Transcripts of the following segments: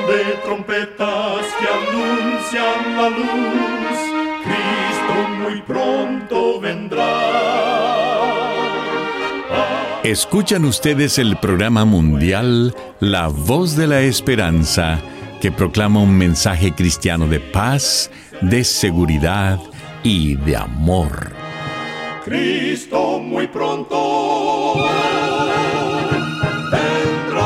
de trompetas que anuncian la luz, Cristo muy pronto vendrá. Escuchan ustedes el programa mundial La Voz de la Esperanza, que proclama un mensaje cristiano de paz, de seguridad y de amor. Cristo muy pronto vendrá.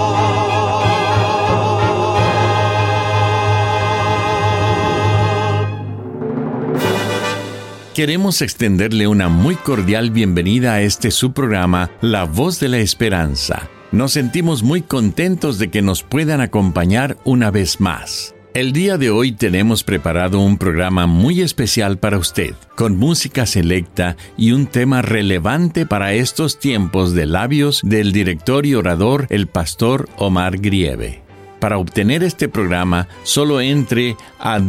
Queremos extenderle una muy cordial bienvenida a este su programa, La Voz de la Esperanza. Nos sentimos muy contentos de que nos puedan acompañar una vez más. El día de hoy tenemos preparado un programa muy especial para usted, con música selecta y un tema relevante para estos tiempos de labios del director y orador, el pastor Omar Grieve. Para obtener este programa, solo entre a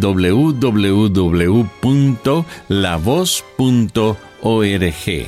www.lavoz.org.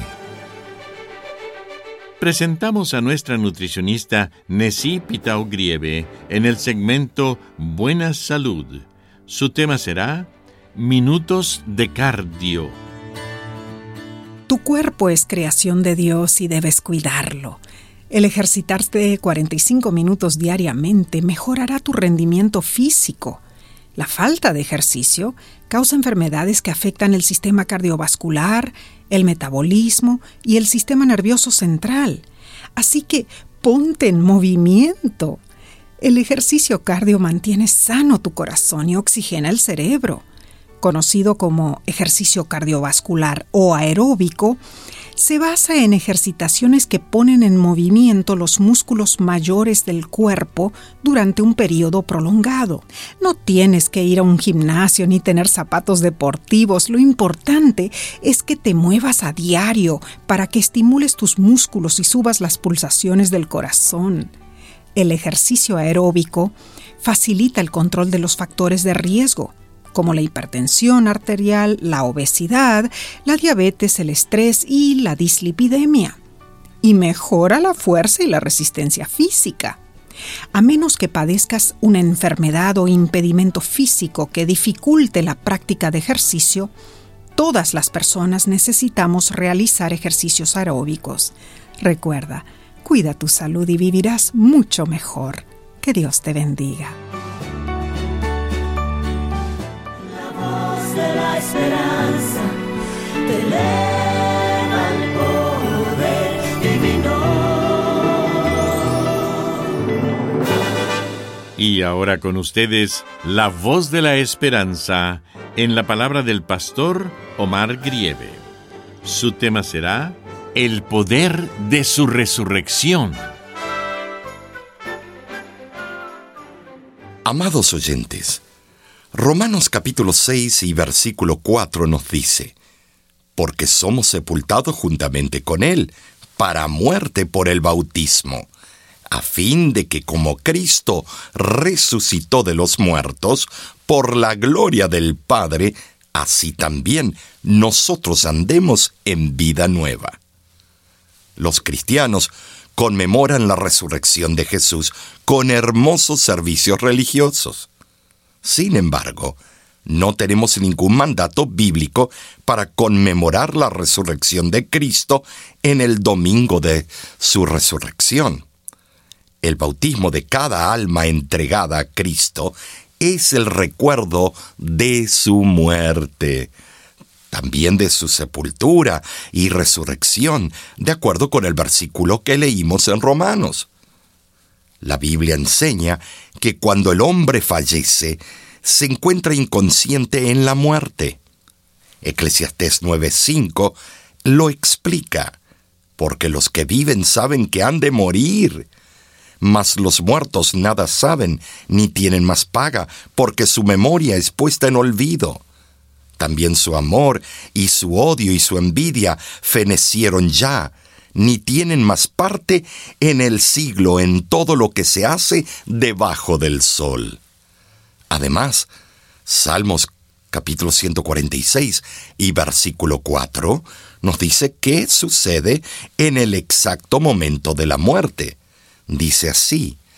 Presentamos a nuestra nutricionista Nessie Pitao Grieve en el segmento Buena Salud. Su tema será Minutos de Cardio. Tu cuerpo es creación de Dios y debes cuidarlo. El ejercitarte 45 minutos diariamente mejorará tu rendimiento físico. La falta de ejercicio causa enfermedades que afectan el sistema cardiovascular, el metabolismo y el sistema nervioso central. Así que ponte en movimiento. El ejercicio cardio mantiene sano tu corazón y oxigena el cerebro. Conocido como ejercicio cardiovascular o aeróbico, se basa en ejercitaciones que ponen en movimiento los músculos mayores del cuerpo durante un periodo prolongado. No tienes que ir a un gimnasio ni tener zapatos deportivos. Lo importante es que te muevas a diario para que estimules tus músculos y subas las pulsaciones del corazón. El ejercicio aeróbico facilita el control de los factores de riesgo, como la hipertensión arterial, la obesidad, la diabetes, el estrés y la dislipidemia. Y mejora la fuerza y la resistencia física. A menos que padezcas una enfermedad o impedimento físico que dificulte la práctica de ejercicio, todas las personas necesitamos realizar ejercicios aeróbicos. Recuerda, cuida tu salud y vivirás mucho mejor. Que Dios te bendiga. De la esperanza te eleva el poder divino. Y ahora con ustedes, La Voz de la Esperanza, en la palabra del pastor Omar Grieve. Su tema será El poder de su resurrección. Amados oyentes, Romanos capítulo 6 y versículo 4 nos dice: porque somos sepultados juntamente con Él, para muerte por el bautismo, a fin de que como Cristo resucitó de los muertos, por la gloria del Padre, así también nosotros andemos en vida nueva. Los cristianos conmemoran la resurrección de Jesús con hermosos servicios religiosos. Sin embargo, no tenemos ningún mandato bíblico para conmemorar la resurrección de Cristo en el domingo de su resurrección. El bautismo de cada alma entregada a Cristo es el recuerdo de su muerte, también de su sepultura y resurrección, de acuerdo con el versículo que leímos en Romanos. La Biblia enseña que cuando el hombre fallece, se encuentra inconsciente en la muerte. Eclesiastés 9:5 lo explica: porque los que viven saben que han de morir, mas los muertos nada saben, ni tienen más paga, porque su memoria es puesta en olvido. También su amor y su odio y su envidia fenecieron ya, ni tienen más parte en el siglo en todo lo que se hace debajo del sol. Además, Salmos capítulo 146 y versículo 4 nos dice qué sucede en el exacto momento de la muerte. Dice así: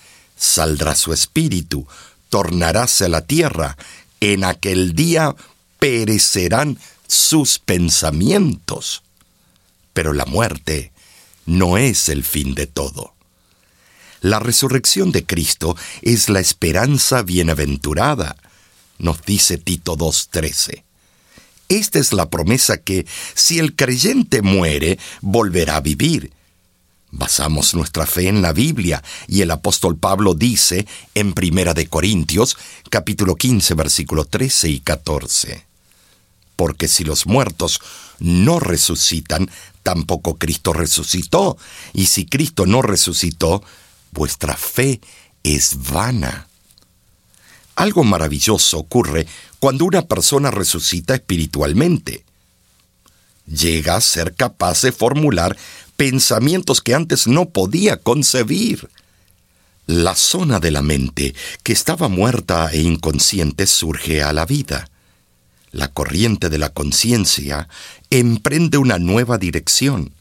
Saldrá su espíritu, tornaráse a la tierra. En aquel día perecerán sus pensamientos. Pero la muerte no es el fin de todo. La resurrección de Cristo es la esperanza bienaventurada, nos dice Tito 2:13. Esta es la promesa que, si el creyente muere, volverá a vivir. Basamos nuestra fe en la Biblia, y el apóstol Pablo dice en 1 de Corintios, capítulo 15, versículos 13 y 14. Porque si los muertos no resucitan, tampoco Cristo resucitó. Y si Cristo no resucitó, vuestra fe es vana. Algo maravilloso ocurre cuando una persona resucita espiritualmente. Llega a ser capaz de formular pensamientos que antes no podía concebir. La zona de la mente que estaba muerta e inconsciente surge a la vida. La corriente de la conciencia emprende una nueva dirección.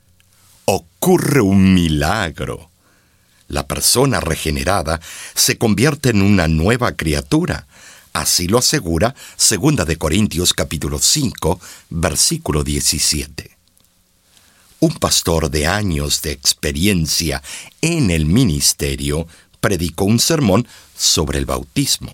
Ocurre un milagro. La persona regenerada se convierte en una nueva criatura. Así lo asegura 2 de Corintios capítulo 5, versículo 17. Un pastor de años de experiencia en el ministerio predicó un sermón sobre el bautismo.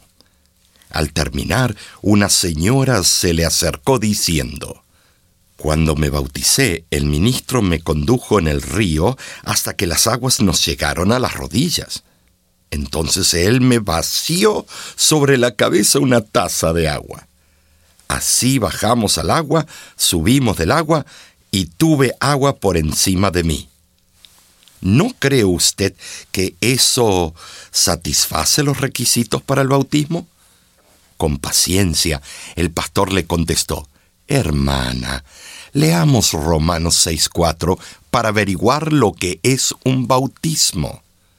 Al terminar, una señora se le acercó diciendo: «Cuando me bauticé, el ministro me condujo en el río hasta que las aguas nos llegaron a las rodillas. Entonces él me vació sobre la cabeza una taza de agua. Así bajamos al agua, subimos del agua y tuve agua por encima de mí». ¿No cree usted que eso satisface los requisitos para el bautismo? Con paciencia, el pastor le contestó: «Hermana, leamos Romanos 6:4 para averiguar lo que es un bautismo.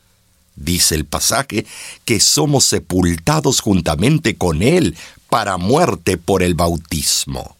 Dice el pasaje que somos sepultados juntamente con Él para muerte por el bautismo».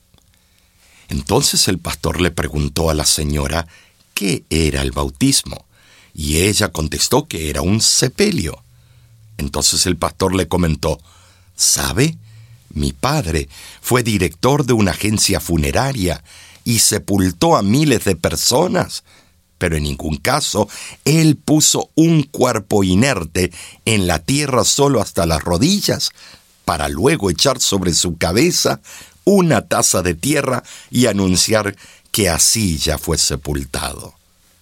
Entonces el pastor le preguntó a la señora qué era el bautismo, y ella contestó que era un sepelio. Entonces el pastor le comentó: «¿Sabe? Mi padre fue director de una agencia funeraria y sepultó a miles de personas, pero en ningún caso él puso un cuerpo inerte en la tierra solo hasta las rodillas, para luego echar sobre su cabeza una taza de tierra y anunciar que así ya fue sepultado».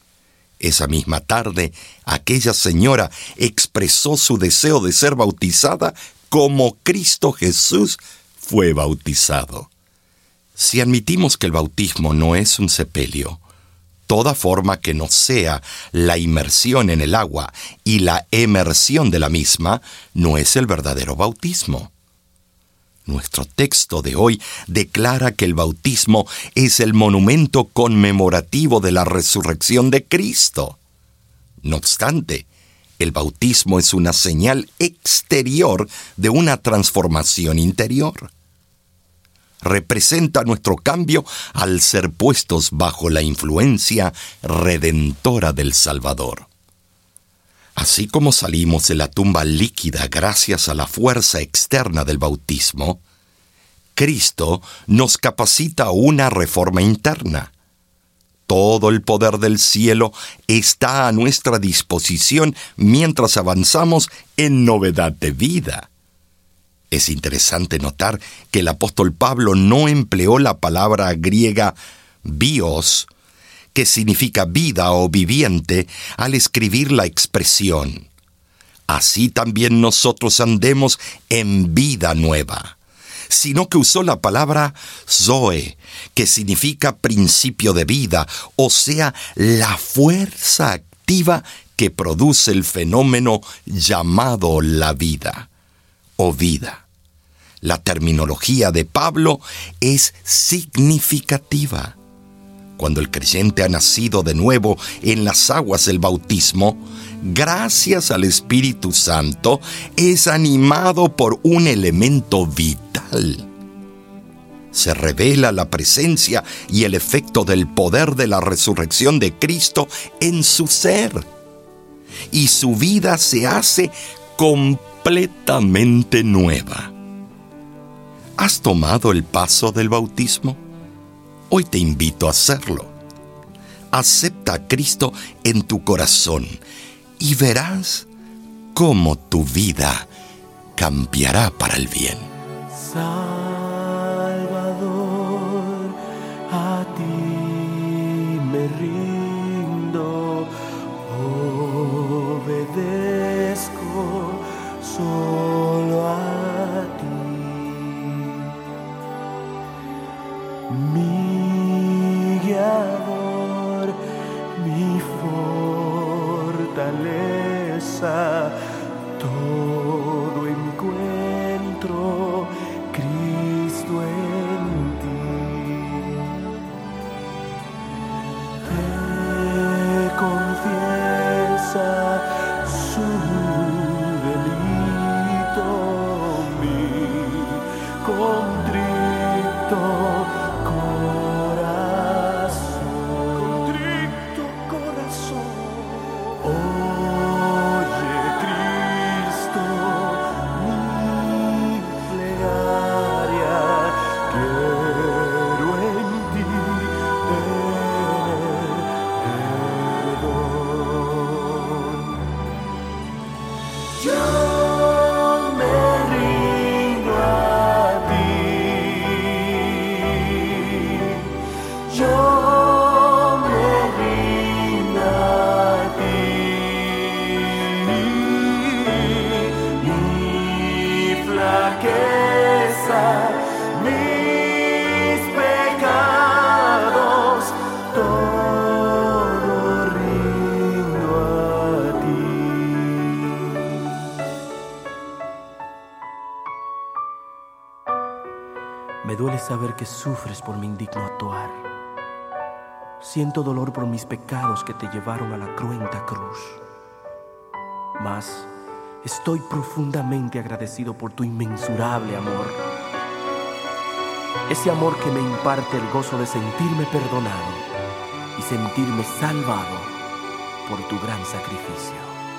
Esa misma tarde, aquella señora expresó su deseo de ser bautizada como Cristo Jesús fue bautizado. Si admitimos que el bautismo no es un sepelio, toda forma que no sea la inmersión en el agua y la emersión de la misma no es el verdadero bautismo. Nuestro texto de hoy declara que el bautismo es el monumento conmemorativo de la resurrección de Cristo. No obstante, el bautismo es una señal exterior de una transformación interior. Representa nuestro cambio al ser puestos bajo la influencia redentora del Salvador. Así como salimos de la tumba líquida gracias a la fuerza externa del bautismo, Cristo nos capacita a una reforma interna. Todo el poder del cielo está a nuestra disposición mientras avanzamos en novedad de vida. Es interesante notar que el apóstol Pablo no empleó la palabra griega bios, que significa vida o viviente, al escribir la expresión: «Así también nosotros andemos en vida nueva», sino que usó la palabra zoe, que significa principio de vida, o sea, la fuerza activa que produce el fenómeno llamado la vida, o vida. La terminología de Pablo es significativa. Cuando el creyente ha nacido de nuevo en las aguas del bautismo, gracias al Espíritu Santo, es animado por un elemento vital. Se revela la presencia y el efecto del poder de la resurrección de Cristo en su ser. y su vida se hace completamente nueva. ¿Has tomado el paso del bautismo? Hoy te invito a hacerlo. Acepta a Cristo en tu corazón y verás cómo tu vida cambiará para el bien. Salvador, a ti me rindo, obedezco solo a ti. Mi guiador, mi fortaleza, todo encuentro Cristo en ti. De confianza su delito, mi contrito corazón. Oye, Cristo, mi plegaria, quiero en ti tener perdón. Yo me rindo a ti. Yo me rindo a ti. Mi flaqueza, mis pecados, todo rindo a ti. Me duele saber que sufres por mi indigno actuar. Siento dolor por mis pecados que te llevaron a la cruenta cruz. Mas estoy profundamente agradecido por tu inmensurable amor. Ese amor que me imparte el gozo de sentirme perdonado y sentirme salvado por tu gran sacrificio.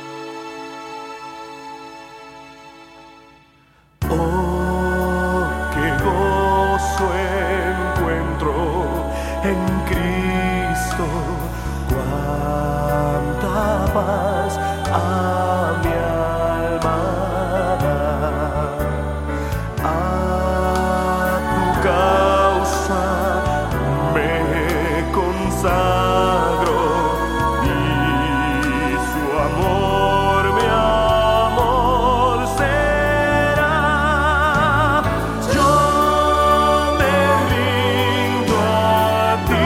Oh, qué gozo encuentro en Cristo, cuánta paz a mi alma da. A tu causa me consagro y su amor mi amor será. Yo me rindo a ti.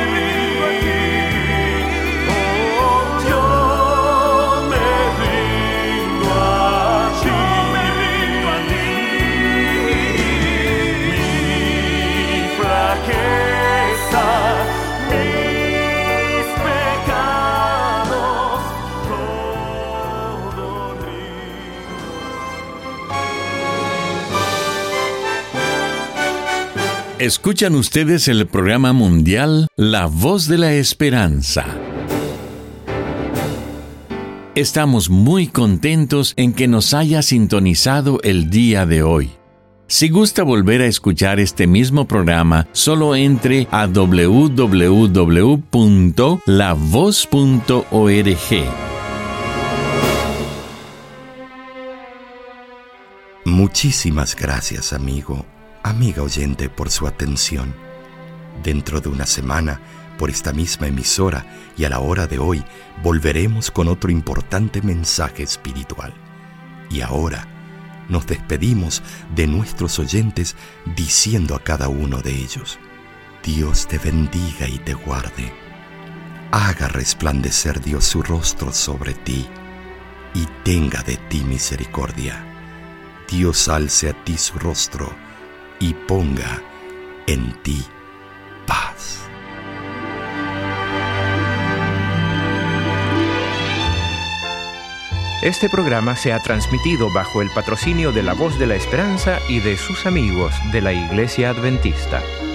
Oh, yo me rindo a ti. Mi flaqueza, mis pecados, todo rindo. Escuchan ustedes el programa mundial La Voz de la Esperanza. Estamos muy contentos en que nos haya sintonizado el día de hoy. Si gusta volver a escuchar este mismo programa, solo entre a www.lavoz.org. Muchísimas gracias, amigo, amiga oyente, por su atención. Dentro de una semana, por esta misma emisora y a la hora de hoy, volveremos con otro importante mensaje espiritual. Y ahora nos despedimos de nuestros oyentes diciendo a cada uno de ellos: Dios te bendiga y te guarde. Haga resplandecer Dios su rostro sobre ti y tenga de ti misericordia. Dios alce a ti su rostro y ponga en ti paz. Este programa se ha transmitido bajo el patrocinio de La Voz de la Esperanza y de sus amigos de la Iglesia Adventista.